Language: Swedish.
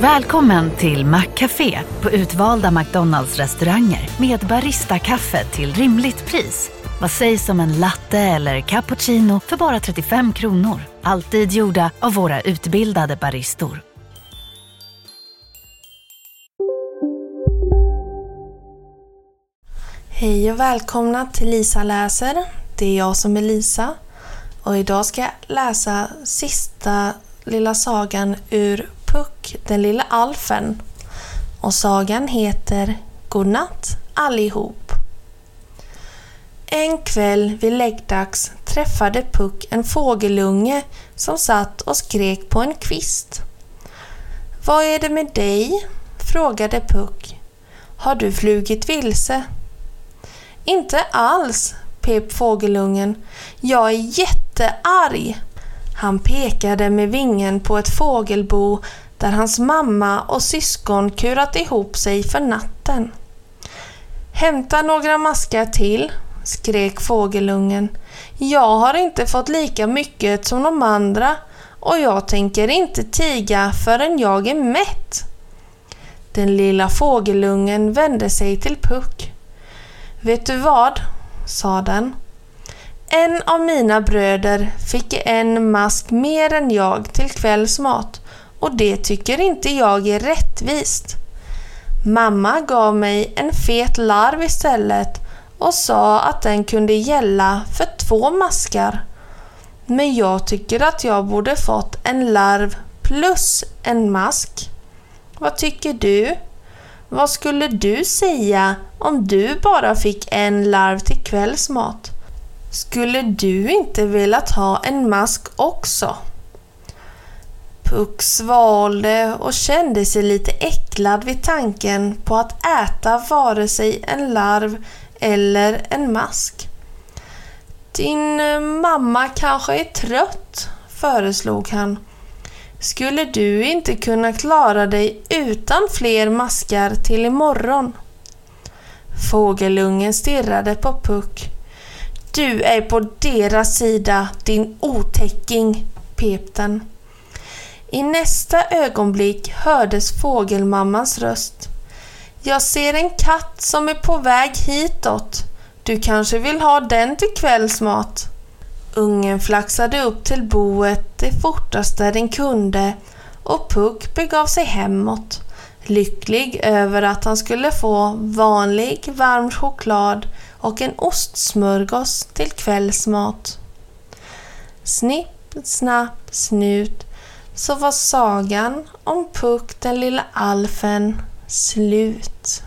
Välkommen till McCafé på utvalda McDonalds-restauranger med Barista-kaffe till rimligt pris. Vad sägs om en latte eller cappuccino för bara 35 kronor? Alltid gjorda av våra utbildade baristor. Hej och välkomna till Lisa läser. Det är jag som är Lisa. Och idag ska jag läsa sista lilla sagan ur Puck, den lilla alfen. Och sagan heter Godnatt allihop. En kväll vid läggdags träffade Puck en fågelunge som satt och skrek på en kvist. Vad är det med dig? Frågade Puck. Har du flugit vilse? Inte alls, pep fågelungen. Jag är jättearg. Han pekade med vingen på ett fågelbo där hans mamma och syskon kurat ihop sig för natten. Hämta några maskar till, skrek fågelungen. Jag har inte fått lika mycket som de andra och jag tänker inte tiga förrän jag är mätt. Den lilla fågelungen vände sig till Puck. Vet du vad? Sa den. En av mina bröder fick en mask mer än jag till kvällsmat och det tycker inte jag är rättvist. Mamma gav mig en fet larv istället och sa att den kunde gälla för 2 maskar. Men jag tycker att jag borde fått en larv plus en mask. Vad tycker du? Vad skulle du säga om du bara fick en larv till kvällsmat? Skulle du inte velat ha en mask också? Puck svalde och kände sig lite äcklad vid tanken på att äta vare sig en larv eller en mask. Din mamma kanske är trött, föreslog han. Skulle du inte kunna klara dig utan fler maskar till imorgon? Fågelungen stirrade på Puck. Du är på deras sida, din otäcking, pep den. I nästa ögonblick hördes fågelmammans röst. Jag ser en katt som är på väg hitåt. Du kanske vill ha den till kvällsmat. Ungen flaxade upp till boet det fortaste den kunde och Puck begav sig hemåt, lycklig över att han skulle få vanlig varm choklad och en ostsmörgås till kvällsmat. Snipp, snapp, snut, så var sagan om Puck den lilla alfen slut.